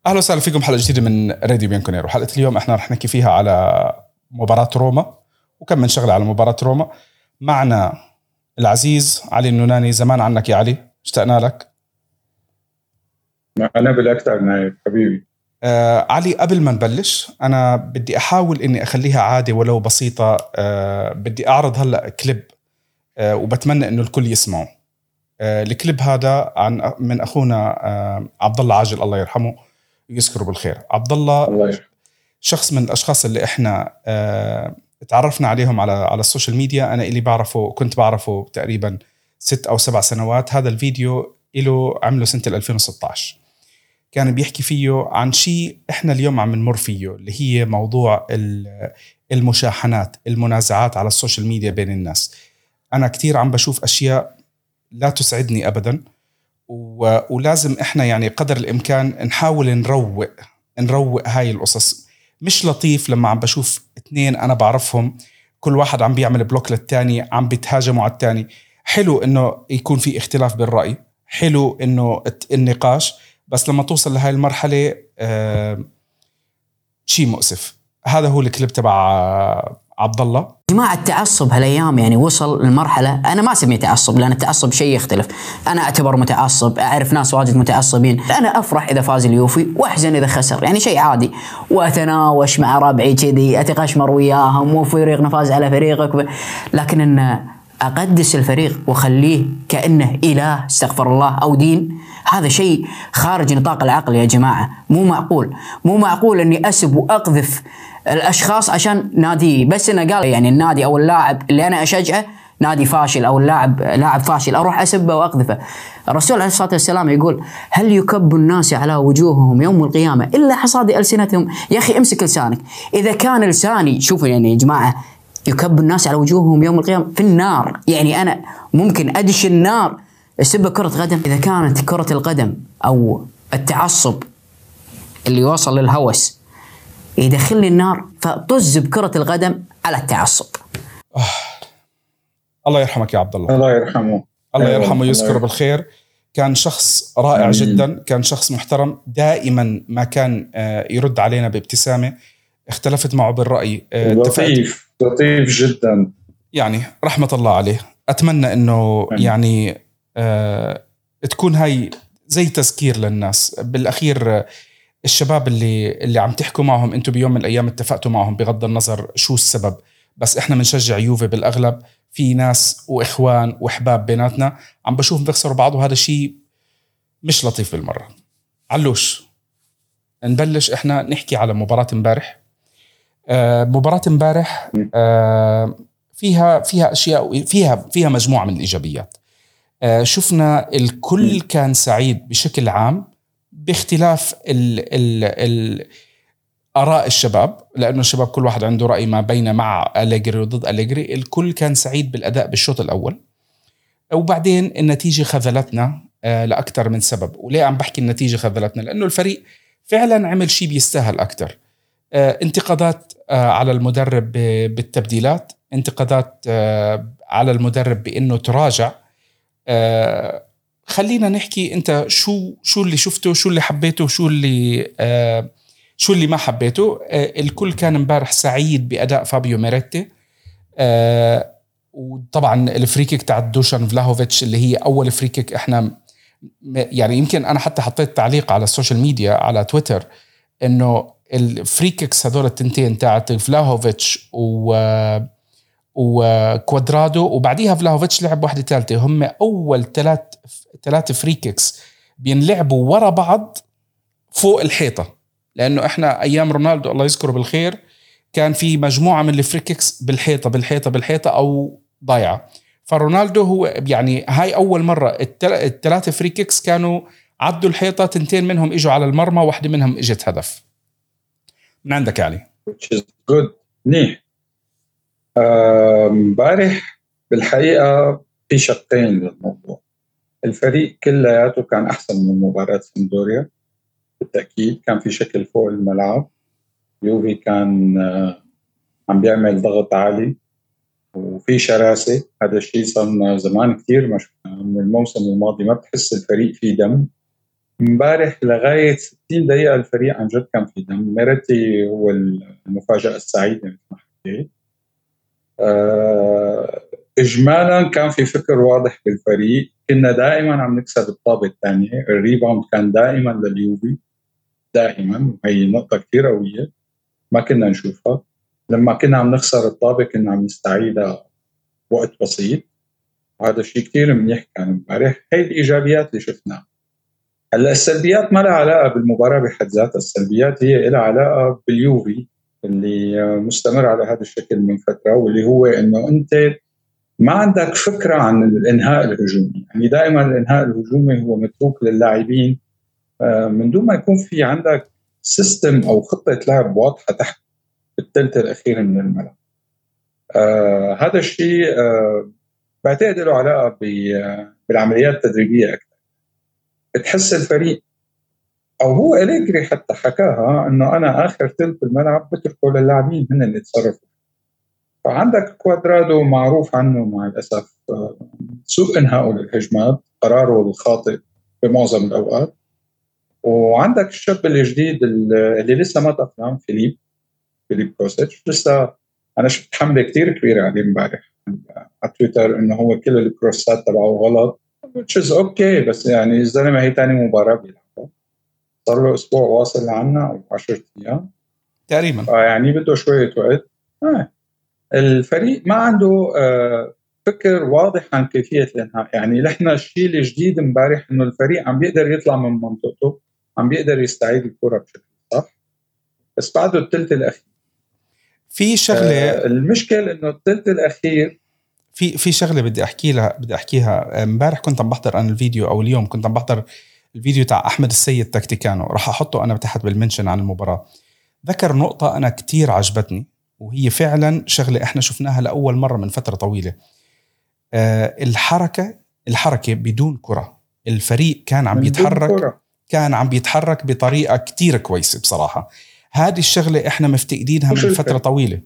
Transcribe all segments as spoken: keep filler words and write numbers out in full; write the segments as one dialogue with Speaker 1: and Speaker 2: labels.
Speaker 1: أهلا وسهلا فيكم حلقة جديدة من راديو بيانكونيرو. حلقة اليوم احنا رح نحكي فيها على مباراة روما وكم من شغلة على مباراة روما. معنا العزيز علي النوناني. زمان عنك يا علي، اشتقنا لك.
Speaker 2: أنا بالأكثر نايف حبيبي.
Speaker 1: آه علي، قبل ما نبلش أنا بدي أحاول إني أخليها عادة ولو بسيطة. آه بدي أعرض هلأ كليب، آه وبتمنى إنه الكل يسمعه. آه الكليب هذا عن من أخونا آه عبد الله عاجل، الله يرحمه ويذكره بالخير. عبد الله
Speaker 2: الله يرحمه.
Speaker 1: شخص من الأشخاص اللي إحنا آه تعرفنا عليهم على على السوشيال ميديا. أنا اللي بعرفه كنت بعرفه تقريبا ست أو سبع سنوات. هذا الفيديو إله عمله سنة ألفين وستة عشر، كان بيحكي فيه عن شيء إحنا اليوم عم نمر فيه، اللي هي موضوع المشاحنات، المنازعات على السوشيال ميديا بين الناس. أنا كتير عم بشوف أشياء لا تسعدني أبدا، ولازم إحنا يعني قدر الإمكان نحاول نروق نروق هاي القصص. مش لطيف لما عم بشوف اثنين أنا بعرفهم كل واحد عم بيعمل بلوك للتاني، عم بيتهاجموا على التاني. حلو إنه يكون في اختلاف بالرأي، حلو إنه النقاش، بس لما توصل لهاي المرحلة آه شيء مؤسف. هذا هو الكليب تبع عبد الله.
Speaker 3: جماعة التعصب هالأيام يعني وصل للمرحلة، أنا ما أسميه تعصب لأن التعصب شيء يختلف. أنا أعتبر متعصب، أعرف ناس واجد متعصبين. أنا أفرح إذا فاز اليوفي وأحزن إذا خسر، يعني شيء عادي. وأتناوش مع ربعي كذي، أتقشمر وياهم وفريقنا فاز على فريقك، لكن إن أقدس الفريق وخليه كأنه إله استغفر الله أو دين، هذا شيء خارج نطاق العقل يا جماعة. مو معقول مو معقول أني أسب وأقذف الأشخاص عشان نادي، بس أنا قال يعني النادي أو اللاعب اللي أنا أشجعه نادي فاشل أو اللاعب لاعب فاشل أروح أسبه وأقذفه. الرسول عليه الصلاة والسلام يقول: هل يكب الناس على وجوههم يوم القيامة إلا حصاد ألسنتهم؟ يا أخي امسك لسانك. إذا كان لساني، شوفوا يعني يا جماعة، يكب الناس على وجوههم يوم القيامة في النار، يعني أنا ممكن أدش النار أسب كرة قدم. إذا كانت كرة القدم أو التعصب اللي وصل للهوس يدخلني النار، فطز بكرة القدم على التعصب.
Speaker 1: آه. الله يرحمك يا عبد الله.
Speaker 2: الله يرحمه.
Speaker 1: الله يرحمه يذكره بالخير. كان شخص رائع جدا، كان شخص محترم، دائما ما كان يرد علينا بابتسامة. اختلفت معه بالرأي،
Speaker 2: لطيف لطيف جدا،
Speaker 1: يعني رحمة الله عليه. أتمنى أنه يعني آه تكون هاي زي تذكير للناس. بالأخير الشباب اللي اللي عم تحكوا معهم، أنتوا بيوم من الأيام اتفقتوا معهم بغض النظر شو السبب، بس إحنا منشجع يوفي بالأغلب. في ناس وإخوان وإحباب بيناتنا عم بشوفهم بيخسروا بعض، وهذا شيء مش لطيف بالمرة. علوش نبلش إحنا نحكي على مباراة امبارح. آه مباراة امبارح آه فيها فيها أشياء، فيها فيها مجموعة من الإيجابيات. آه شفنا الكل كان سعيد بشكل عام، باختلاف ال ال ال آراء الشباب، لأنه الشباب كل واحد عنده رأي ما بين مع أليجري وضد أليجري. الكل كان سعيد بالأداء بالشوط الأول، وبعدين النتيجة خذلتنا آه لأكثر من سبب. وليه عم بحكي النتيجة خذلتنا؟ لأنه الفريق فعلا عمل شيء بيستاهل أكثر. آه انتقادات آه على المدرب بالتبديلات، انتقادات آه على المدرب بأنه تراجع. آه خلينا نحكي انت شو شو اللي شفته، شو اللي حبيته، شو اللي آه شو اللي ما حبيته. آه الكل كان امبارح سعيد بأداء فابيو ميريتي. آه وطبعا الفريكيك تاع دوشان فلاهوفيتش اللي هي اول فريكيك. احنا يعني يمكن انا حتى حطيت تعليق على السوشيال ميديا على تويتر انه الفريكيكس هذول التنتين تاعت فلاهوفيتش و وكوادرادو وبعديها فلاهوفيتش لعب واحدة ثالثة، هم أول ثلاث ثلاث فريكيكس بينلعبوا ورا بعض فوق الحيطة. لأنه إحنا أيام رونالدو الله يذكره بالخير كان في مجموعة من الفريكيكس بالحيطة بالحيطة بالحيطة أو ضايعة. فرونالدو هو يعني هاي أول مرة الثلاثة فريكيكس كانوا عدوا الحيطة، تنتين منهم إجوا على المرمى، واحدة منهم إجت هدف. من عندك يعني
Speaker 2: which is good. نيح امبارح بالحقيقة في شقين للموضوع. الفريق كلياته كان أحسن من مباراة سامدوريا بالتأكيد. كان في شكل فوق الملعب، يوفي كان عم بيعمل ضغط عالي وفي شراسة. هذا الشيء صار زمان كتير، مش من الموسم الماضي ما بتحس الفريق فيه دم. امبارح لغاية ستين دقيقة الفريق عن جد كان في دم. ميريتي هو المفاجأة السعيدة مثل ما حكيت. أه إجمالا كان في فكر واضح بالفريق، كنا دائما عم نكسب الطابة الثانية، الريباوند كان دائما لليوفي دائما، وهي نقطة كثير قوية ما كنا نشوفها. لما كنا عم نخسر الطابة كنا عم نستعيدها وقت بسيط، وهذا الشيء كثير منيح كان امبارح. هي الإيجابيات اللي شفناها. هلا السلبيات ما لها علاقة بالمباراة بحد ذاتها، السلبيات هي لها علاقة باليوفي اللي مستمر على هذا الشكل من فترة، واللي هو إنه أنت ما عندك فكرة عن الإنهاء الهجومي. يعني دائما الإنهاء الهجومي هو متروك للاعبين من دون ما يكون في عندك سيستم أو خطة لعب واضحة تحت بالثلث الأخير من الملعب. آه هذا الشيء آه بعتقد له علاقة بالعمليات التدريبية أكثر. بتحس الفريق أو هو أليجري حتى حكاها إنه أنا آخر ثلث الملعب بتركه للاعبين هن اللي يتصرفوا. فعندك كوادرادو معروف عنه مع الأسف سوء إنهاءه للهجمات، قراره الخاطئ بمعظم الأوقات. وعندك الشاب الجديد اللي لسه ما تأقلم، فيليب فيليب كوسيتش. لسه أنا شفت حملة كتير كبيرة عليه امبارح على تويتر إنه هو كل الكروسات تبعه غلط، which is okay، بس يعني الزلمة هي تاني مباراة بيلعبها، صار له أسبوع واصل عنا أو عشرة أيام
Speaker 1: تقريبا،
Speaker 2: آه يعني بده شوية وقت. آه. الفريق ما عنده آه فكر واضح عن كيفية الإنهاء. يعني نحن الشيء الجديد امبارح إنه الفريق عم بيقدر يطلع من منطقته، عم بيقدر يستعيد الكرة بشكل صح، بس بعده الثلث الأخير
Speaker 1: في شغلة.
Speaker 2: آه المشكلة إنه الثلث الأخير
Speaker 1: في في شغلة بدي أحكي لها بدي أحكيها. امبارح كنت عم بحضر أنا الفيديو، أو اليوم كنت عم بحضر الفيديو تاع أحمد السيد تكتيكانو، راح أحطه أنا تحت بالمنشن عن المباراة. ذكر نقطة أنا كتير عجبتني، وهي فعلا شغلة إحنا شفناها لأول مرة من فترة طويلة. أه الحركة الحركة بدون كرة، الفريق كان عم بيتحرك كان عم بيتحرك بطريقة كتير كويسة بصراحة. هذه الشغلة إحنا مفتقدينها من فترة طويلة.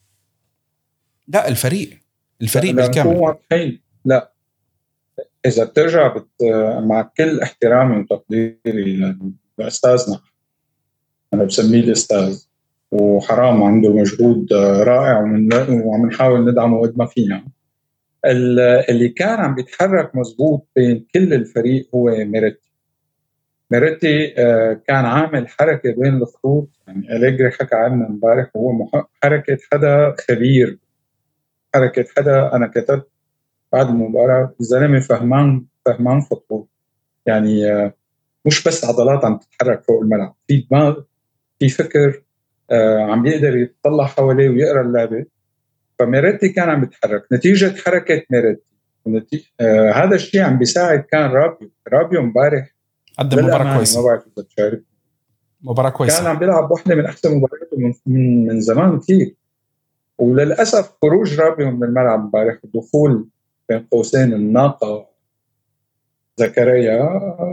Speaker 1: لا الفريق الفريق
Speaker 2: لا
Speaker 1: بالكامل.
Speaker 2: لا إذا بترجع بت... مع كل احترامي وتقديري لأستاذنا، أنا بسميه الأستاذ وحرام عنده مجهود رائع وعم نحاول ندعمه قد ما فينا. اللي كان عم بيتحرك مزبوط بين كل الفريق هو ميريتي. ميريتي كان عامل حركة بين الخطوط، يعني أليجري حكى عنه امبارح، هو حركة حدا خبير، حركة حدا أنا كتبت بعد المباراة الزلمة فهمان فهمان فوتبول. يعني مش بس عضلات عم تتحرك فوق الملعب، في دماغ، في فكر، عم بيقدر يتطلع حواليه ويقرأ اللعبة. فميريتي كان عم يتحرك نتيجة حركة ميريتي. ونتيجة آه هذا الشيء عم بيساعد كان رابيو رابيو امبارح
Speaker 1: قدم مباراة كويسة،
Speaker 2: ما بعرف إذا بتشارك،
Speaker 1: مباراة كويسة،
Speaker 2: كان عم بيلعب واحدة من أحسن مبارياته من, من, من زمان كثير. وللأسف خروج رابيو من الملعب امبارح ودخول بين قوسين الناقة زكريا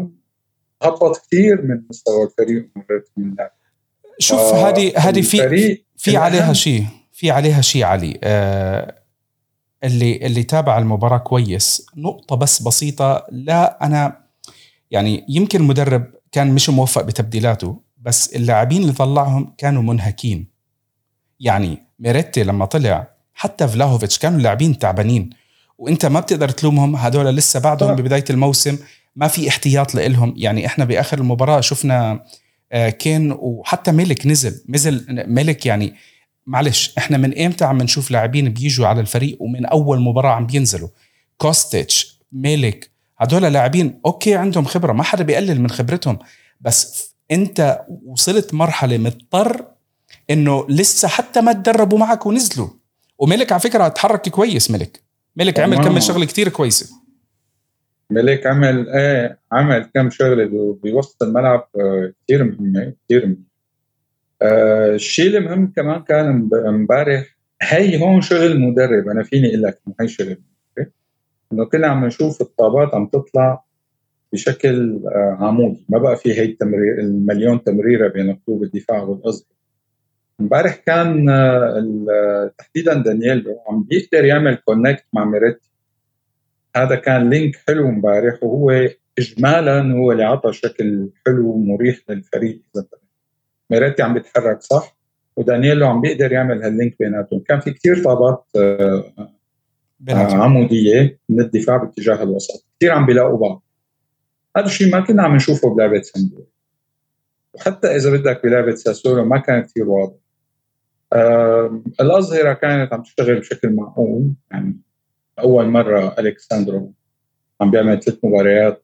Speaker 2: هبط كثير من مستوى الفريق مرات من اللعب.
Speaker 1: شوف هذه هذه في في عليها شيء في عليها شيء علي آه اللي اللي تابع المباراة كويس. نقطة بس بسيطة، لا أنا يعني يمكن المدرب كان مش موفق بتبديلاته، بس اللاعبين اللي طلعهم كانوا منهكين. يعني ميريتي لما طلع حتى فلاهوفيتش كانوا لاعبين تعبانين، وانت ما بتقدر تلومهم، هدول لسه بعدهم ببداية الموسم، ما في احتياط لإلهم. يعني احنا بآخر المباراة شفنا كين وحتى ملك نزل نزل ملك. يعني معلش احنا من ايمتى عم نشوف لاعبين بيجوا على الفريق ومن اول مباراة عم بينزلوا؟ كوستيتش، ملك، هدول لاعبين اوكي عندهم خبرة، ما حدا بيقلل من خبرتهم، بس انت وصلت مرحلة مضطر انه لسه حتى ما تدربوا معك ونزلوا. وملك على فكرة اتحرك كويس، ملك ملك عمل كم شغلة كتير كويسة.
Speaker 2: ملك عمل ايه عمل كم شغلة بوسط الملعب كتير مهمة كتير مهمة. آه الشيء المهم كمان كان امبارح، هاي هون شغل مدرب. انا فيني اقول لك هاي شغل انه كنا عم نشوف الطابات عم تطلع بشكل آه عمودي، ما بقى في هاي التمرير المليون تمريرة بين خطوط الدفاع والأظهر. امبارح كان آه تحديدا دانييلو عم بيقدر يعمل كونكت مع ميريتي. هذا كان لينك حلو امبارح، وهو إجمالا هو اللي عطى شكل حلو ومريح للفريق. ميريتي عم بيتحرك صح ودانييلو عم بيقدر يعمل هاللينك بيناتهم. كان في كتير طابات عمودية من الدفاع باتجاه الوسط، كتير عم بيلاقوا بعض. هذا الشيء ما كنا عم نشوفه بلعبة سامدوريا، وحتى إذا بدك بلعبة ساسولو ما كان كتير واضح. آه الأظهرة كانت عم تشتغل بشكل معقول. يعني أول مرة ألكساندرو عم بيعمل ثلاث مباريات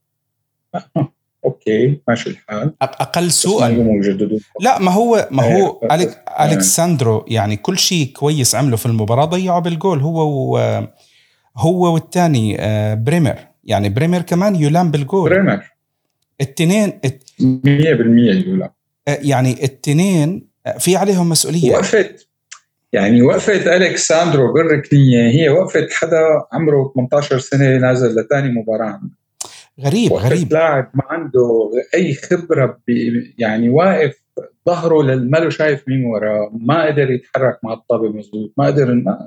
Speaker 2: اوكي ماشي الحال،
Speaker 1: اقل سوءا.
Speaker 2: ما
Speaker 1: لا ما هو ما هو أليك ألكساندرو يعني كل شيء كويس عمله في المباراة ضيعه بالجول. هو و هو والثاني بريمر، يعني بريمر كمان يلام بالجول.
Speaker 2: بريمر
Speaker 1: التنين
Speaker 2: مية بالمية يلام،
Speaker 1: يعني التنين في عليهم مسؤولية.
Speaker 2: وقفت يعني وقفت ألكساندرو بالركنية، هي وقفت حدا عمره ثمانية عشر سنة نازل لتاني مباراة.
Speaker 1: غريب غريب
Speaker 2: لاعب ما عنده أي خبرة، يعني واقف ظهره للملو شايف مين وراه، ما قدر يتحرك مع الطابة مزبوط، ما قدر ما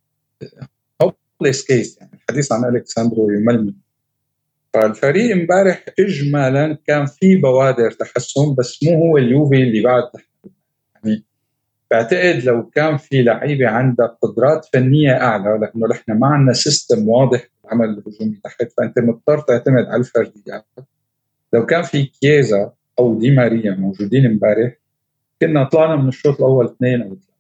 Speaker 2: hopeless case. يعني الحديث عن ألكساندرو يململ. فالفريق امبارح إجمالا كان فيه بوادر تحسن، بس مو هو اليوفي اللي بعد. يعني بعتقد لو كان في لعيبة عندها قدرات فنية أعلى، لأنه نحن ما عندنا سيستم واضح عمل الهجومي تحت، فأنت مضطر تعتمد على الفرديات. لو كان في كيزا أو دي ماريا موجودين امبارح كنا طلعنا من الشوط الأول اثنين أو ثلاثة،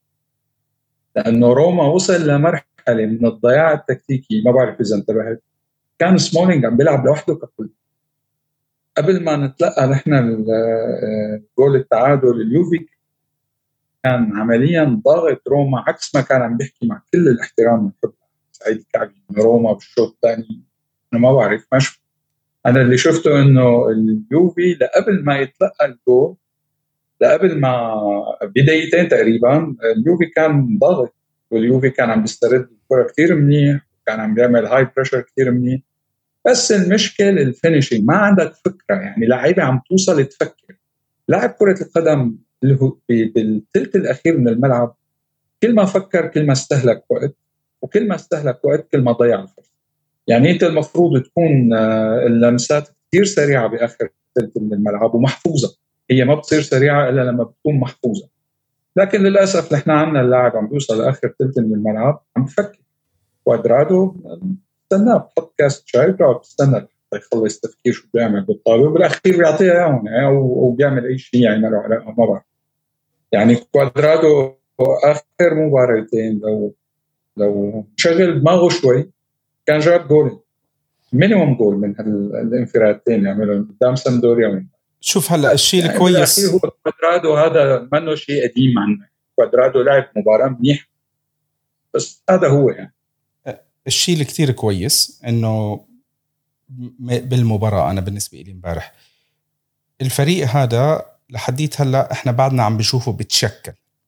Speaker 2: لأنه روما وصل لمرحلة من الضياع التكتيكي. ما بعرف إذا انتبهت، كان سمولينج عم بيلعب لوحده ككل. قبل ما نتلقى نحن الجول التعادل اليوفي كان عمليا ضاغط روما، عكس ما كان عم بيحكي مع كل الاحترام من سعيد الكعبي روما بالشوط الثاني. أنا ما بعرف، مش أنا اللي شفته إنه اليوفي لقبل ما يتلقى الجول، لقبل ما بدايتين تقريبا، اليوفي كان ضاغط، واليوفي كان عم بيسترد الكرة كتير منيح، كان عم بيعمل هاي بريشر كتير منيح. بس المشكلة الفينيشينج، ما عندك فكرة. يعني لاعيبة عم توصل تفكر. لاعب كرة القدم اللي هو بالثلث الأخير من الملعب كل ما فكر كل ما استهلك وقت، وكل ما استهلك وقت كل ما ضيع الفرصة. يعني أنت المفروض تكون اللمسات كتير سريعة بآخر ثلث من الملعب ومحفوظة. هي ما بتصير سريعة إلا لما بتكون محفوظة. لكن للأسف نحن عنا اللاعب عم بيوصل لآخر ثلث من الملعب عم بفكر. كوادرادو استنى بحط كاس شاي بقعد بستنى يخلص تفكير شو بيعمل بالطابة، وبالأخير بيعطيها اياهم أو بيعمل أي شيء يعني ما له علاقة. ما بعرف يعني كوادرادو آخر مباراتين لو لو شغل دماغه شوي كان جاب جول، مينيموم جول من الانفرادتين اللي عملهم قدام سامدوريا.
Speaker 1: شوف هلا الشيء
Speaker 2: يعني
Speaker 1: الكويس
Speaker 2: هو كوادرادو هذا منه شيء قديم عنه. كوادرادو لعب مباراة منيح، بس هذا هو يعني
Speaker 1: الشيء اللي كتير كويس إنه بالمباراة. أنا بالنسبة لي امبارح الفريق هذا لحديت هلا إحنا بعدنا عم بشوفه بتشكل.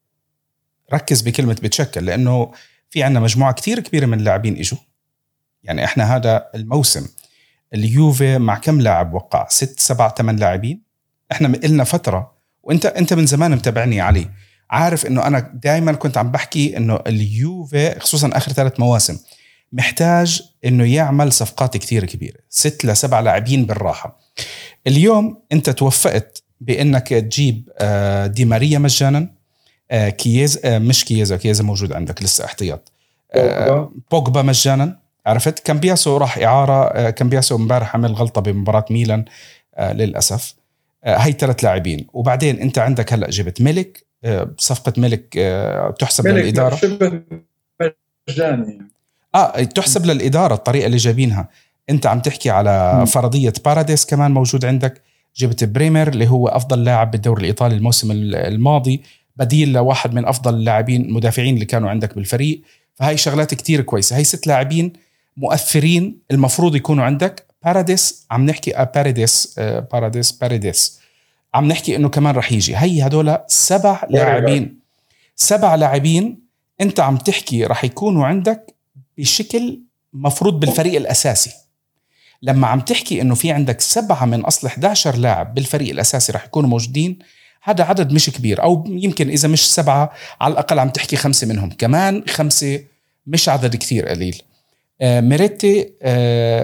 Speaker 1: ركز بكلمة بتشكل، لأنه في عنا مجموعة كتير كبيرة من اللاعبين إجوا. يعني إحنا هذا الموسم اليوفي مع كم لاعب وقع؟ ست سبع ثمان لاعبين. إحنا إلنا فترة، وإنت أنت من زمان متابعني علي، عارف إنه أنا دائما كنت عم بحكي إنه اليوفي خصوصا آخر ثلاث مواسم محتاج إنه يعمل صفقات كتير كبيرة، ست لسبع لاعبين بالراحة. اليوم أنت توفقت بإنك تجيب دي ماريا مجانا، كييز مش كييزا كييزا موجود عندك لسه احتياط، بوجبا مجانا. عرفت كامبياسو راح إعارة، كامبياسو امبارح عمل غلطة بمباراة ميلان للأسف. هاي ثلاث لاعبين، وبعدين أنت عندك هلأ جبت ملك، صفقة ملك تحسب
Speaker 2: ملك
Speaker 1: للإدارة
Speaker 2: شبه مجاني.
Speaker 1: آه تحسب للإدارة الطريقة اللي جايبينها. أنت عم تحكي على م. فرضية باراديس كمان موجود عندك. جبت بريمر اللي هو أفضل لاعب بالدوري الإيطالي الموسم الماضي، بديل لواحد من أفضل اللاعبين المدافعين اللي كانوا عندك بالفريق. فهاي شغلات كتير كويسة. هاي ست لاعبين مؤثرين المفروض يكونوا عندك. باراديس عم نحكي آه باراديس آه باراديس باراديس عم نحكي إنه كمان رح يجي. هاي هدول سبع لاعبين سبع لاعبين أنت عم تحكي رح يكونوا عندك بشكل مفروض بالفريق الأساسي. لما عم تحكي إنه في عندك سبعة من أصل إحدى عشر لاعب بالفريق الأساسي رح يكونوا موجودين، هذا عدد مش كبير. أو يمكن إذا مش سبعة على الأقل عم تحكي خمسة منهم، كمان خمسة مش عدد كتير قليل. آه ميريتي آه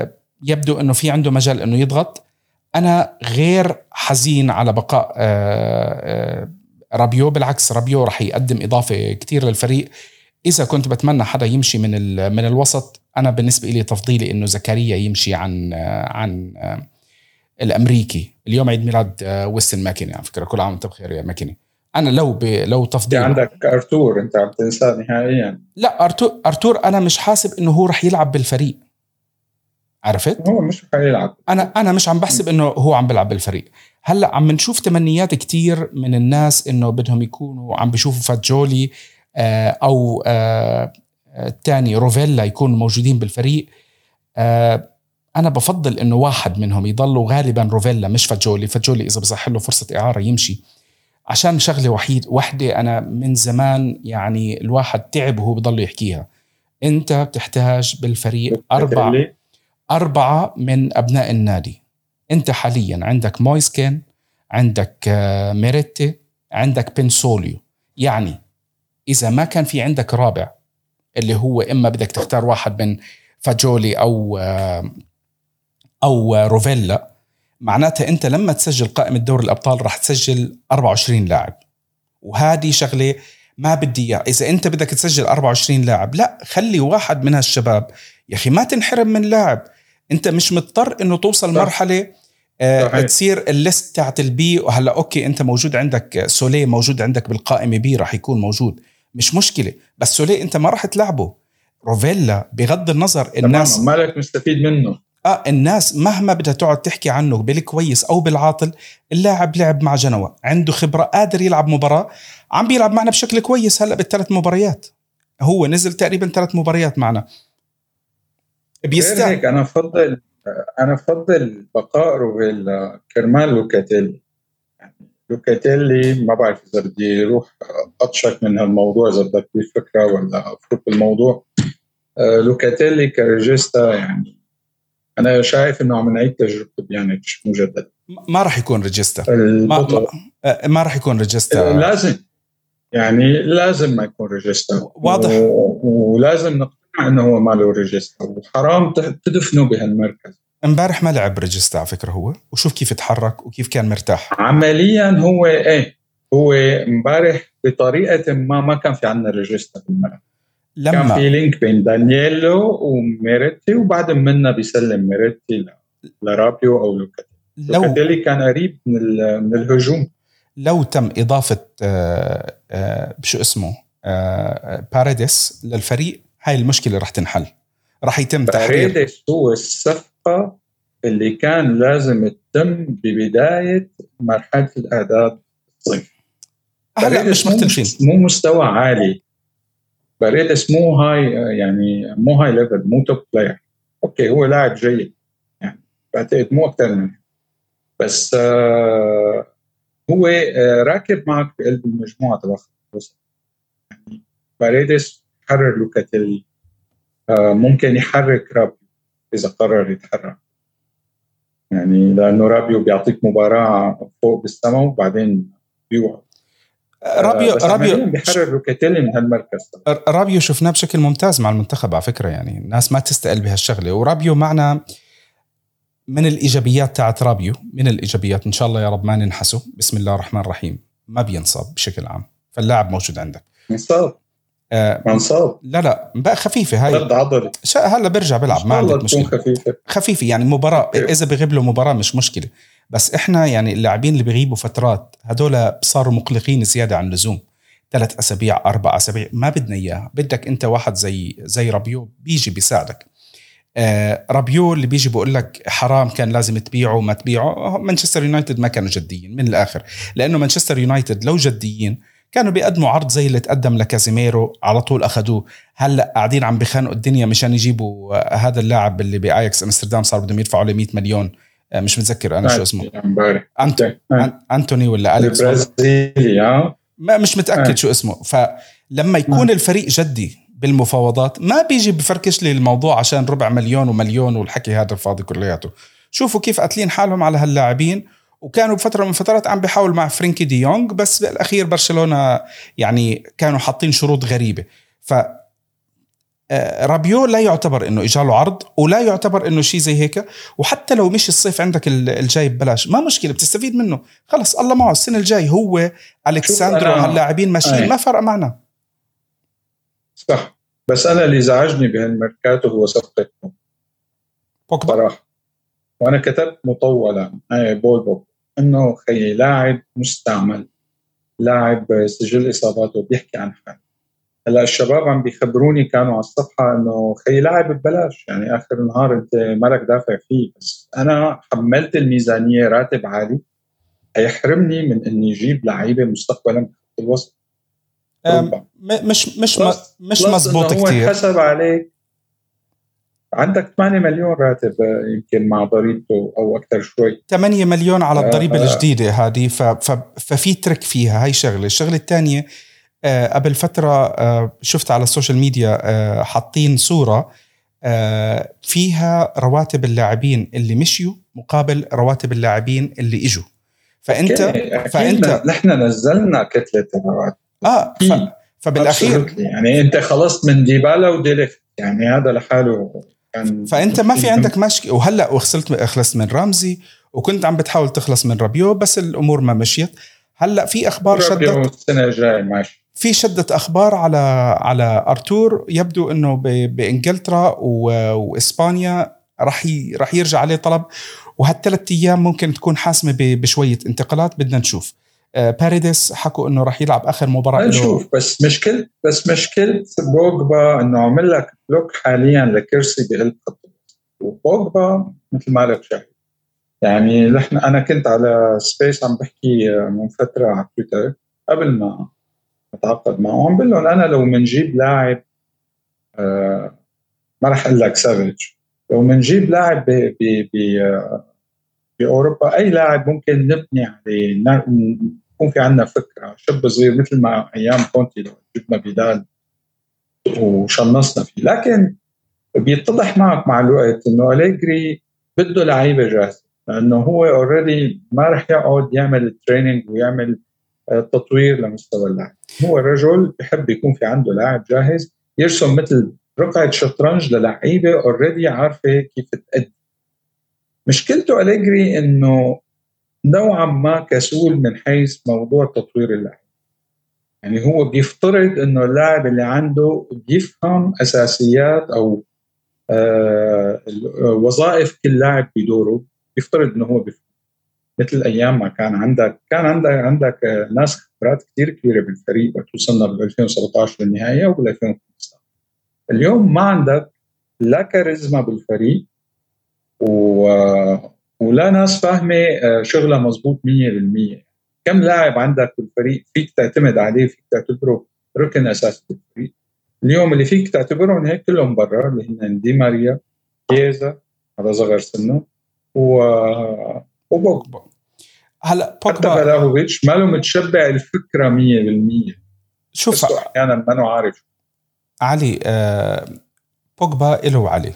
Speaker 1: يبدو أنه في عنده مجال أنه يضغط. أنا غير حزين على بقاء رابيو، بالعكس رابيو رح يقدم إضافة كتير للفريق. إذا كنت بتمنى حدا يمشي من من الوسط، أنا بالنسبة لي تفضيلي إنه زكريا يمشي عن عن الأمريكي. اليوم عيد ميلاد ويستن ماكيني على فكرة، كل عام وأنت بخير يا ماكيني. أنا لو ب... لو تفضيل
Speaker 2: عندك أرتور، أنت عم تنسى نهائيا.
Speaker 1: لا أرتور أرتور أنا مش حاسب إنه هو رح يلعب بالفريق، عرفت؟
Speaker 2: هو مش رح يلعب.
Speaker 1: أنا أنا مش عم بحسب إنه هو عم بيلعب بالفريق. هلا عم نشوف تمنيات كتير من الناس إنه بدهم يكونوا عم بيشوفوا فاتجولي أو الثاني روفيلا يكونوا موجودين بالفريق. أنا بفضل إنه واحد منهم يضلوا، غالبا روفيلا مش فاتجولي. فاتجولي إذا بصح له فرصة إعارة يمشي، عشان شغلة وحيد وحدة أنا من زمان يعني الواحد تعب وهو بضل يحكيها. أنت بتحتاج بالفريق أربعة أربعة من أبناء النادي. أنت حاليا عندك مويسكين، عندك ميريتي، عندك بنسوليو. يعني إذا ما كان في عندك رابع اللي هو إما بدك تختار واحد من فاجولي أو أو روفيلا، معناتها أنت لما تسجل قائمة دوري الأبطال راح تسجل أربعة وعشرين لاعب، وهذه شغلة ما بدي إياها. إذا أنت بدك تسجل أربعة وعشرين لاعب، لا خلي واحد من هالشباب يا أخي، ما تنحرم من لاعب. أنت مش مضطر إنه توصل مرحلة آه تصير الليست تاعت البي. وهلا أوكي أنت موجود عندك سولي، موجود عندك بالقائمة بي، راح يكون موجود مش مشكلة، بس سولي أنت ما راح تلعبه. روفيلا بغض النظر الناس
Speaker 2: مالك مستفيد منه.
Speaker 1: آه الناس مهما بدها تقعد تحكي عنه بالكويس أو بالعاطل، اللاعب لعب مع جنوة، عنده خبرة، قادر يلعب مباراة، عم بيلعب معنا بشكل كويس. هلأ بالثلاث مباريات هو نزل تقريبا ثلاث مباريات معنا
Speaker 2: بيستعمل. أنا أفضل أنا أفضل بقاء روفيلا كرمال لوكاتيلي. يعني لوكاتيلي ما بعرف إذا بدي يروح أطشك من هالموضوع، إذا بدك الفكرة ولا أفرق الموضوع. آه لوكاتيلي كريجيستا، يعني أنا شايف إنه عم نعيد تجربة بيانيتش مجددا.
Speaker 1: ما راح يكون ريجيستا، ما, ما, ما راح يكون ريجيستا.
Speaker 2: لازم يعني لازم ما يكون ريجيستا
Speaker 1: واضح،
Speaker 2: و... ولازم نقتنع إنه هو ما له ريجيستا، وحرام تدفنه بهالمركز.
Speaker 1: امبارح ما لعب ريجيستا على فكرة هو، وشوف كيف تحرك وكيف كان مرتاح
Speaker 2: عمليا. هو إيه هو امبارح بطريقة ما ما كان في عنا ريجيستا بالملعب.
Speaker 1: لما
Speaker 2: كان في لينك بين دانييلو وميريتي، وبعد منا بيسلم ميريتي لرابيو أو لوكاتيلي. لوكاتيلي كان قريب من, من الهجوم.
Speaker 1: لو تم إضافة آآ آآ بشو اسمه باريديس للفريق، هاي المشكلة رح تنحل، رح يتم تحرير.
Speaker 2: باريديس هو الصفقة اللي كان لازم تتم ببداية مرحلة الإعداد الصيف.
Speaker 1: هلا مش مختلفين،
Speaker 2: مو مستوى عالي. باريديس مو هاي، يعني مو هاي ليفل، مو توب بلاير. اوكي هو لاعب جيد يعني، بعتقد مو اكثر منه، بس آه هو آه راكب معك بقلب المجموعه تبع الوسط. يعني باريديس حرر لوكاتيلي، آه ممكن يحرك رابيو اذا قرر يتحرك، يعني لانه رابيو بيعطيك مباراه فوق بالسماء وبعدين بيوقع.
Speaker 1: رابيو رابيو
Speaker 2: بيحرر لوكاتيلي من هالمركز.
Speaker 1: رابيو شفناه بشكل ممتاز مع المنتخب على فكرة، يعني الناس ما تستقل بهالشغلة. ورابيو معنا من الإيجابيات تاعت رابيو، من الإيجابيات إن شاء الله يا رب ما ننحسه. بسم الله الرحمن الرحيم، ما بينصاب بشكل عام، فاللاعب موجود عندك.
Speaker 2: منصاب
Speaker 1: آه
Speaker 2: منصاب
Speaker 1: لا لا بقى خفيفة هاي،
Speaker 2: ضد عضلي
Speaker 1: هلا برجع بلعب، ما عندك مشكلة.
Speaker 2: خفيفة.
Speaker 1: خفيفة يعني مباراة أوكي. إذا بيغيب له مباراة مش مشكلة، بس إحنا يعني اللاعبين اللي بيغيبوا فترات هدول صاروا مقلقين زيادة عن اللزوم. ثلاث أسابيع أربع أسابيع ما بدنا إياها. بدك أنت واحد زي زي رابيو بيجي بيساعدك. آه رابيو اللي بيجي بيقول لك حرام كان لازم تبيعه وما تبيعه. مانشستر يونايتد ما كانوا جديين من الآخر، لأنه مانشستر يونايتد لو جديين كانوا بيقدموا عرض زي اللي تقدم لكازيميرو على طول أخذوه. هلأ قاعدين عم بخانقوا الدنيا مشان يجيبوا آه هذا اللاعب اللي بآياكس أمستردام صار بدهم يدفعوا له مية مليون. آه مش متذكر أنا شو اسمه، أنتو أنتوني ولا أليكس
Speaker 2: البرازيلي،
Speaker 1: ما مش متأكد أه. شو اسمه. فلما يكون أه. الفريق جدي بالمفاوضات ما بيجي بفركش لي الموضوع عشان ربع مليون ومليون والحكي هذا الفاضي كلياته. شوفوا كيف قاتلين حالهم على هاللاعبين، وكانوا بفترة من فترات عم بيحاول مع فرينكي دي يونغ، بس بالأخير برشلونة يعني كانوا حاطين شروط غريبة. ف رابيو لا يعتبر انه اجاله عرض ولا يعتبر انه شيء زي هيك. وحتى لو مش الصيف عندك الجاي ببلاش ما مشكله، بتستفيد منه خلص الله معه السنه الجاي. هو الكساندرو هاللاعبين ماشيين ما فرق معنا.
Speaker 2: صح، بس انا اللي زعجني بهالميركاتو هو صفقه بوجبا صراحه. وانا كتبت مطولا اي بول بوجبا انه خي لاعب مستعمل، لاعب سجل اصاباته بيحكي عن حاله. هلا الشباب عم بيخبروني كانوا على الصفحه انه خي لاعب ببلاش، يعني اخر النهار انت مالك دافع فيه. بس انا حملت الميزانيه راتب عالي هيحرمني من اني اجيب لعيبه مستقبلا في الوسط.
Speaker 1: مش مش مش مزبوط كتير.
Speaker 2: حسب عليك عندك ثمانية مليون راتب يمكن مع ضريبته او اكثر شوي،
Speaker 1: ثمانية مليون على الضريبه آه الجديده هذه. ففي ترك فيها. هاي شغله. الشغله الثانيه آه قبل فتره آه شفت على السوشيال ميديا آه حاطين صوره آه فيها رواتب اللاعبين اللي مشيوا مقابل رواتب اللاعبين اللي اجوا. فانت
Speaker 2: فانت نحن نزلنا كتله الرواتب
Speaker 1: اه ف... فبالاخير
Speaker 2: يعني انت خلصت من ديبالا وديليخت، يعني هذا لحاله كان.
Speaker 1: فانت ما في عندك مشكله. وهلا وخسرت خلصت من رامزي وكنت عم بتحاول تخلص من رابيو بس الامور ما مشيت. هلا في اخبار شدت
Speaker 2: السنه الجايه ماشي.
Speaker 1: في شدة اخبار على على ارتور. يبدو انه ب... بانجلترا و... واسبانيا راح ي... راح يرجع عليه طلب. وهالثلاث ايام ممكن تكون حاسمه ب... بشويه انتقالات. بدنا نشوف. باريديس حكوا انه راح يلعب اخر مباراه
Speaker 2: نشوف. بس مشكله بس مشكله بوجبا انه عمل لك بلوك حاليا لكرسي بقلب خط. وبوجبا مثل ما لك شايف يعني نحن انا كنت على سبيس عم بحكي من فتره على تويتر قبل ما اتعاقد معه، عم بقول لهم انا لو منجيب لاعب آه ما راح اقول لك سافيج، لو منجيب لاعب ب ب باوروبا اي لاعب ممكن نبني عليه، يكون في عندنا فكره شاب صغير مثل ما ايام كونتي لو جبنا بيدال وشنصنا فيه. لكن بيتضح معك مع الوقت انه أليجري بده لعيبه جاهزه، لانه هو اوريدي ما راح يقعد يعمل التريننج ويعمل تطوير لمستوى اللاعب. هو الرجل بحب يكون في عنده لاعب جاهز يرسم مثل رقعه شطرنج للعيبه اوريدي عارفه كيف تأدي. مشكلته أليجري انه نوعا ما كسول من حيث موضوع تطوير اللاعب. يعني هو بيفترض انه اللاعب اللي عنده بيفهم اساسيات او آه وظائف كل لاعب بدوره، بيفترض انه هو بيفهم. مثل ايام ما كان عندك كان عندك عندك ناس خبرات كثير كبيره بالفريق وصلنا بال ألفين وسبعة عشر للنهايه وبال ألفين وخمسة عشر. اليوم ما عندك لا كاريزما بالفريق و ولا ناس فاهمه شغله مزبوط مية بالمية. كم لاعب عندك بالفريق فيك تعتمد عليه، فيك تعتبره ركن اساسي بالفريق. اليوم اللي فيك تعتبرهم هيك كلهم برا، اللي هن دي ماريا، كيزا على صغر سنه و وبوجبا.
Speaker 1: هلا
Speaker 2: حتى فلاهوفيتش ما له متشبع الفكره مية بالمية.
Speaker 1: شوف
Speaker 2: احيانا ما له عارف.
Speaker 1: علي آه بوجبا له علي.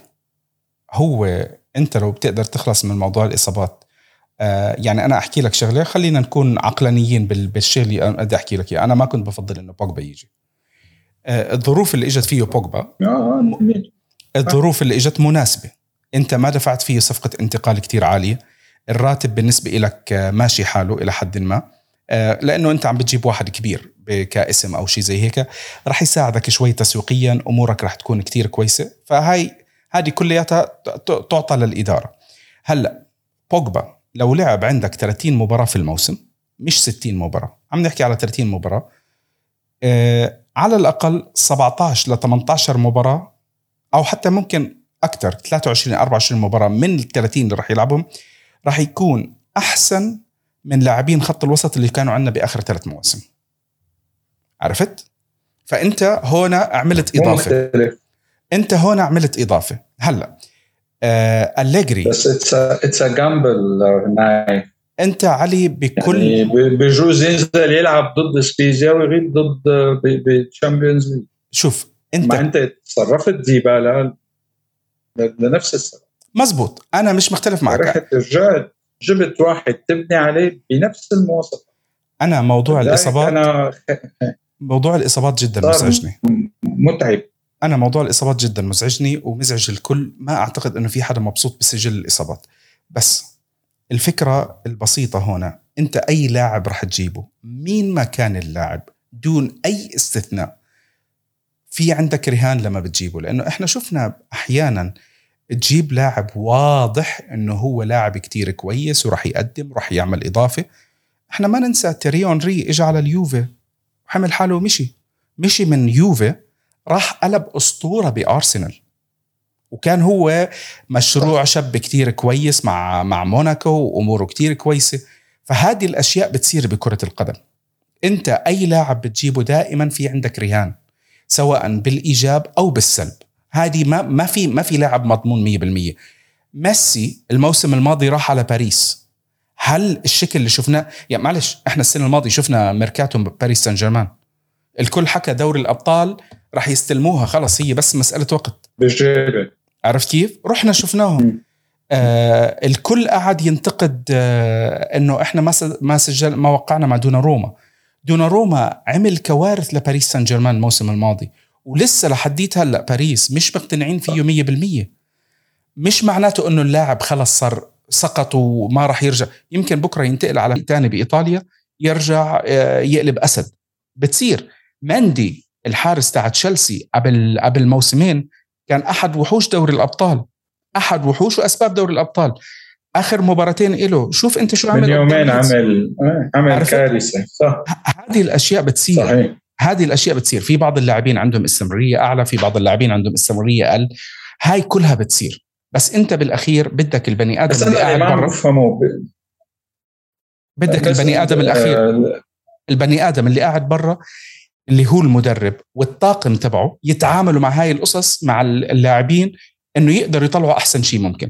Speaker 1: هو انت لو بتقدر تخلص من موضوع الاصابات آه يعني انا احكي لك شغله، خلينا نكون عقلانيين بالشيء اللي انا بدي احكي لك اياه. انا ما كنت بفضل انه بوجبا يجي. آه الظروف اللي اجت فيه بوجبا الظروف اللي اجت مناسبه. انت ما دفعت فيه صفقه انتقال كتير عاليه، الراتب بالنسبه لك ماشي حاله الى حد ما، آه لانه انت عم بتجيب واحد كبير كاسم او شيء زي هيك راح يساعدك شوي تسويقيا، امورك راح تكون كتير كويسه. فهاي هذه كلياتها تعطى للإدارة. هلأ بوجبا لو لعب عندك ثلاثين مباراة في الموسم مش ستين مباراة، عم نحكي على ثلاثين مباراة، آه على الأقل سبعة عشر ل ثمانية عشر مباراة أو حتى ممكن أكتر ثلاثة وعشرين أربعة وعشرين مباراة من الثلاثين اللي رح يلعبهم رح يكون أحسن من لاعبين خط الوسط اللي كانوا عندنا بآخر ثلاث مواسم. عرفت؟ فأنت هنا عملت إضافة. انت هنا عملت اضافه. هلا آه أليجري
Speaker 2: بس اتس اتس ا جامبل نايف.
Speaker 1: انت علي بكل
Speaker 2: يعني بجوز ينزل يلعب ضد سبيزيا ويغيب ضد بالتشامبيونز ليج.
Speaker 1: شوف انت
Speaker 2: ما انت تصرفت ديبالا لنفس السبب.
Speaker 1: مزبوط، انا مش مختلف معك.
Speaker 2: رحت رجعت جبت واحد تبني عليه بنفس المواصفات.
Speaker 1: انا موضوع الاصابات
Speaker 2: أنا
Speaker 1: موضوع الاصابات جدا مزعجني.
Speaker 2: متعب.
Speaker 1: انا موضوع الاصابات جدا مزعجني ومزعج الكل. ما اعتقد انه في حدا مبسوط بسجل الاصابات، بس الفكره البسيطه هنا، انت اي لاعب رح تجيبه مين ما كان اللاعب دون اي استثناء في عندك رهان لما بتجيبه، لانه احنا شفنا احيانا تجيب لاعب واضح انه هو لاعب كتير كويس ورح يقدم ورح يعمل اضافه. احنا ما ننسى تيري أونري اجى على اليوفي وحمل حاله ومشي مشي من يوفي راح قلب اسطوره بارسنال، وكان هو مشروع شاب كتير كويس مع مع موناكو واموره كتير كويسه. فهذه الاشياء بتصير بكره القدم. انت اي لاعب بتجيبه دائما في عندك رهان سواء بالايجاب او بالسلب. هذه ما ما في ما في لاعب مضمون مية بالمية. ميسي الموسم الماضي راح على باريس، هل الشكل اللي شفناه يعني معلش احنا السنه الماضيه شفنا ميركاتو باريس سان جيرمان، الكل حكى دوري الابطال راح يستلموها خلص هي بس مساله وقت
Speaker 2: بالجيبه.
Speaker 1: عرفت كيف؟ رحنا شفناهم آه الكل قاعد ينتقد آه انه احنا ما ما سجل ما وقعنا مع دوناروما. دوناروما عمل كوارث لباريس سان جيرمان الموسم الماضي، ولسه لحديت هلا باريس مش مقتنعين فيه مية بالمية. مش معناته انه اللاعب خلص صار سقط وما راح يرجع، يمكن بكره ينتقل على تاني بايطاليا يرجع آه يقلب اسد. بتصير ماندي الحارس تاع تشيلسي قبل قبل موسمين كان احد وحوش دوري الابطال، احد وحوش واسباب دوري الابطال. اخر مباراتين له شوف انت شو عمل
Speaker 2: من يومين عمل عمل كارثه. صح،
Speaker 1: هذه الاشياء بتصير. صحيح. هذه الاشياء بتصير في بعض اللاعبين عندهم استمراريه اعلى، في بعض اللاعبين عندهم استمراريه اقل. هاي كلها بتصير، بس انت بالاخير بدك البني ادم اللي قاعد برا ب... بدك البني ادم الاخير آه... البني ادم اللي قاعد برا اللي هو المدرب والطاقم تبعه يتعاملوا مع هاي القصص مع اللاعبين انه يقدروا يطلعوا احسن شيء ممكن.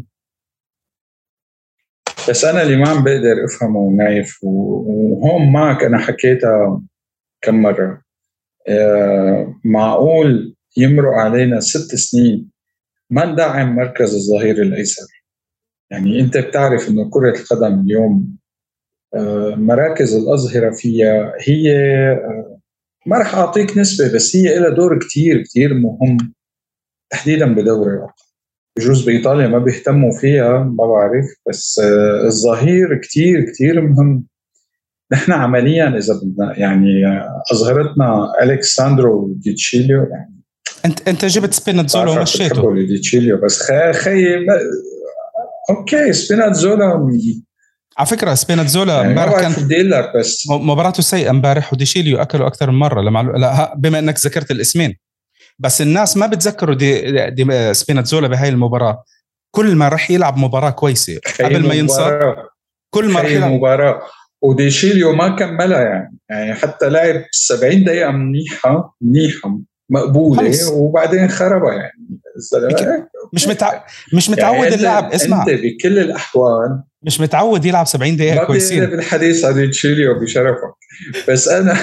Speaker 2: بس انا اللي ما عم بقدر افهمه نايف، وهون معك انا حكيتها كم مره، آه معقول يمرق علينا ست سنين ما ندعم مركز الظهير الايسر؟ يعني انت بتعرف انه كرة القدم اليوم آه مراكز الاظهرة فيها هي آه ما رح اعطيك نسبة، بس هي لها دور كتير كتير مهم تحديدا بدوري الابطال. بجوز بايطاليا ما بيهتموا فيها ما بعرف، بس آه الظهير كتير كتير مهم. نحن عمليا اذا بدنا يعني اظهرتنا الكساندرو ديتشيليو، يعني
Speaker 1: انت انت جبت سبيناتزولا ومشيته
Speaker 2: ديتشيليو بس خي خي ما... اوكي سبيناتزولا
Speaker 1: على فكره سبيناتزولا امبارح
Speaker 2: يعني كان
Speaker 1: بس مباراته سيئه امبارح، وديشيليو اكلوا اكثر من مره. لما لا بما انك ذكرت الاسمين، بس الناس ما بتذكروا دي, دي سبيناتزولا بهاي المباراه. كل ما رح يلعب مباراه كويسه قبل ما ينصاب كل ما رح يلعب
Speaker 2: مباراه، وديشيليو ما كملها يعني يعني حتى لعب سبعين دقيقه منيحه منيحه مقبوله خلص. وبعدين خربها يعني
Speaker 1: مش متع... مش متعود يعني اللاعب اسمع
Speaker 2: انت بكل الاحوال
Speaker 1: مش متعود يلعب سبعين دقيقه كويسين.
Speaker 2: ما بالحديث عن ديشيليو بشرفك، بس انا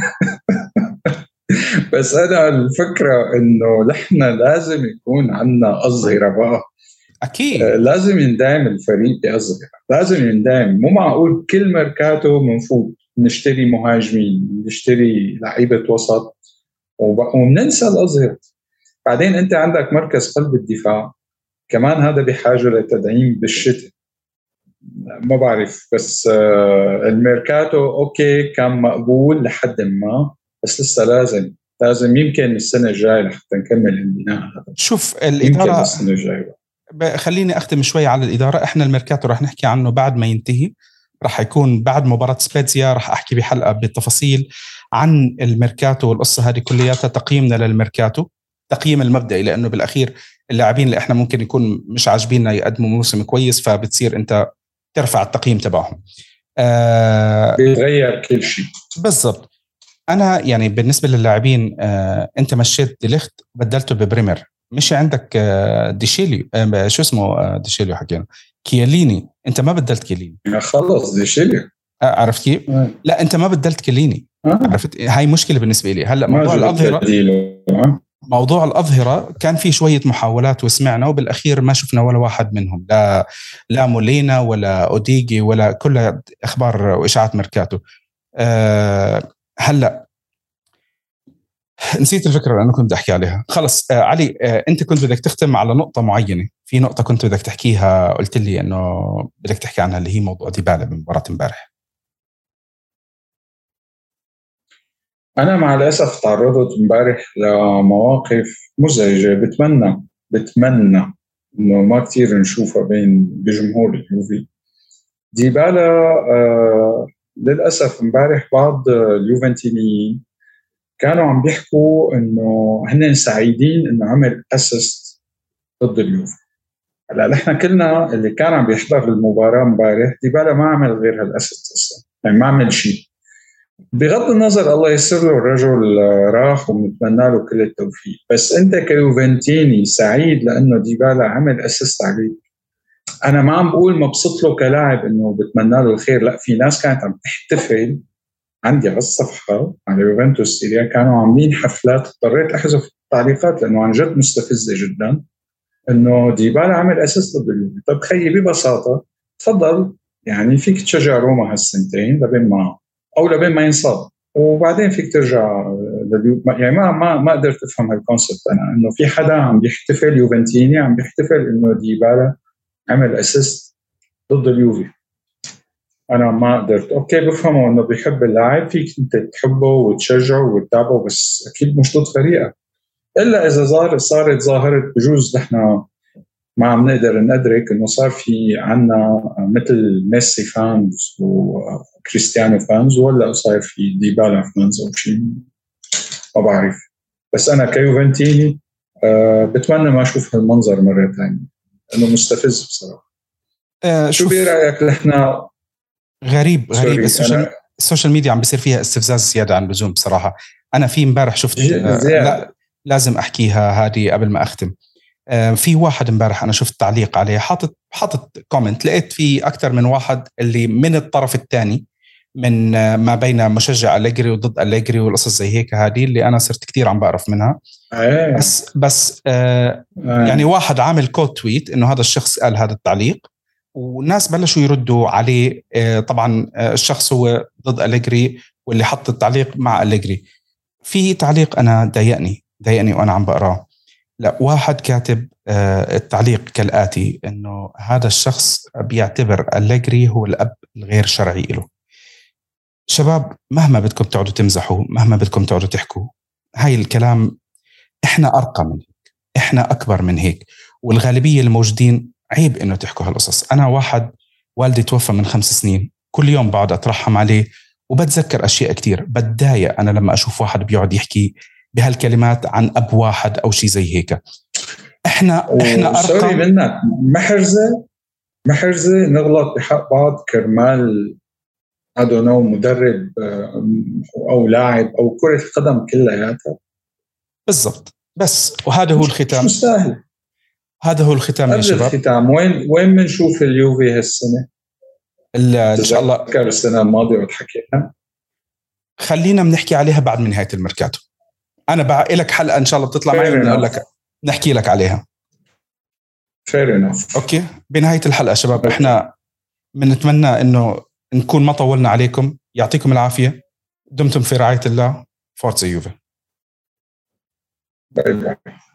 Speaker 2: بس انا الفكره انه نحن لازم يكون عندنا أظهرة بقى
Speaker 1: اكيد.
Speaker 2: آه لازم يندعم الفريق بأظهرة، لازم يندعم. مو معقول كل ميركاتو منفوت نشتري مهاجمين نشتري لعيبه وسط وبننسى الأظهرة. بعدين انت عندك مركز قلب الدفاع كمان هذا بحاجه لتدعيم بالشتاء. ما بعرف بس آه الميركاتو اوكي كان مقبول لحد ما، بس لسه لازم لازم يمكن السنه الجايه لحتى نكمل البناء هذا.
Speaker 1: شوف الاداره
Speaker 2: السنه الجايه
Speaker 1: خليني اختم شوي على الاداره. احنا الميركاتو رح نحكي عنه بعد ما ينتهي، رح يكون بعد مباراه سبيتزيا، رح احكي بحلقه بالتفاصيل عن الميركاتو والقصه هذه كلياتها، تقييمنا للميركاتو تقييم المبدئي، لانه بالاخير اللاعبين اللي احنا ممكن يكون مش عاجبيننا يقدموا موسم كويس فبتصير انت ترفع التقييم تبعهم.
Speaker 2: آه بيتغير كل شيء
Speaker 1: بالضبط. انا يعني بالنسبه للاعبين آه انت مشيت ديليخت بدلته ببريمر، مش عندك آه ديشيليو آه شو اسمه آه ديشيليو حكينا كياليني، انت ما بدلت كياليني
Speaker 2: خلص ديشيليو
Speaker 1: آه عرفت كيف؟ آه. لا انت ما بدلت كياليني آه. عرفت هاي مشكله بالنسبه لي. هلا موضوع الاظهره آه. موضوع الأظهرة كان في شوية محاولات وسمعنا، وبالأخير ما شفنا ولا واحد منهم، لا لا مولينا ولا أوديجي ولا كل أخبار وإشاعات ميركاتو. أه هلأ نسيت الفكرة اللي أنا كنت أحكي عليها. خلص آه علي، آه أنت كنت بدك تختم على نقطة معينة، في نقطة كنت بدك تحكيها، قلت لي أنه بدك تحكي عنها اللي هي موضوع ديبالا بمباراة امبارح.
Speaker 2: أنا مع الأسف تعرضت امبارح لمواقف مزعجة. بتمنى بتمنى إنه ما كتير نشوفها بين بجمهور اليوفي. ديبالا آه للأسف امبارح بعض اليوفنتينيين كانوا عم بيحكوا إنه هن سعيدين إنه عمل أسيست ضد اليوفي. هلا نحن كلنا اللي كان عم بيحضر المباراة امبارح، ديبالا ما عمل غير هالأسيست أصلا، يعني ما عمل شيء. بغض النظر الله يسر له، الرجل راح وبنتمنى له كل التوفيق، بس انت كيوفنتيني سعيد لانه ديبالا عمل اسيست عليك. انا ما عم بقول مبسوط له كلاعب انه بتمنى له الخير، لا، في ناس كانت عم تحتفل عندي على الصفحه على يوفنتوس سيريا، كانوا عاملين حفلات، اضطريت احذف التعليقات لانه عن جد مستفزه جدا انه ديبالا عمل اسيست ضد اليوفي. طب خيي ببساطه تفضل، يعني فيك تشجع روما هالسنتين لبين ما او لبين ما ينصاب، وبعدين فيك ترجع لليو... يعني ما ما ما قدرت افهم هالكونسبت انا، انه في حدا عم بيحتفل يوفنتيني عم بيحتفل انه ديبالا عمل اسيست ضد اليوفي. انا ما قدرت. اوكي بفهمه انه بيحب اللاعب، فيك انت تحبه وتشجعه وتتابعه، بس اكيد مش ضد فريقك، الا اذا صار صارت ظاهره بجوز نحن ما عم نقدر ندرك انه صار في عنا مثل ميسي فانز وكريستيانو فانز، ولا صار في ديبالا فانز او شيء ما بعرف. بس انا كيوفنتيني أه بتمنى ما اشوف هالمنظر مره ثانيه لانه مستفز بصراحه. أه شو برايك؟ نحن
Speaker 1: غريب غريب السوشيال السوشيال ميديا عم بيصير فيها استفزاز زياده عن اللزوم بصراحه. انا في امبارح شفت أه لا لازم احكيها هذه قبل ما اختم. في واحد امبارح انا شفت تعليق عليه، حاطط حاطط كومنت، لقيت في اكثر من واحد اللي من الطرف الثاني، من ما بين مشجع أليجري وضد أليجري والقصص زي هيك، هذه اللي انا صرت كتير عم بعرف منها.
Speaker 2: أيه.
Speaker 1: بس بس آه أيه. يعني واحد عامل كود تويت انه هذا الشخص قال هذا التعليق، والناس بلشوا يردوا عليه. آه طبعا آه الشخص هو ضد أليجري واللي حط التعليق مع أليجري. في تعليق انا ضايقني ضايقني وانا عم بقراه. لا، واحد كاتب آه التعليق كالآتي، إنه هذا الشخص بيعتبر أليجري هو الأب الغير شرعي له. شباب، مهما بدكم تقعدوا تمزحوا، مهما بدكم تقعدوا تحكوا، هاي الكلام إحنا أرقى من هيك، إحنا أكبر من هيك، والغالبية الموجودين عيب إنه تحكوا هالقصص. أنا واحد والدي توفى من خمس سنين، كل يوم بعد أترحم عليه وبتذكر أشياء كتير. بتضايق أنا لما أشوف واحد بيقعد يحكي بهالكلمات عن أب واحد أو شيء زي هيك. إحنا إحنا
Speaker 2: أرقى منك. محرزة محرزة نغلط بحق بعض كرمال أدونو مدرب أو لاعب أو كرة قدم كلياتها.
Speaker 1: بالضبط. بس وهذا هو الختام.
Speaker 2: شو سهل.
Speaker 1: هذا هو الختام يا شباب.
Speaker 2: الختام وين وين بنشوف اليوفي هالسنة؟
Speaker 1: إن شاء الله.
Speaker 2: تذكر السنة الماضية وتحكيها.
Speaker 1: خلينا بنحكي عليها بعد من نهاية الميركاتو. أنا بقى لك حلقة إن شاء الله بتطلع معي ونقول لك نحكي لك عليها.
Speaker 2: Fair enough.
Speaker 1: أوكي، بنهاية الحلقة شباب okay. إحنا بنتمنى إنه نكون ما طولنا عليكم. يعطيكم العافية، دمتم في رعاية الله. فورتزا يوفي.
Speaker 2: باي باي.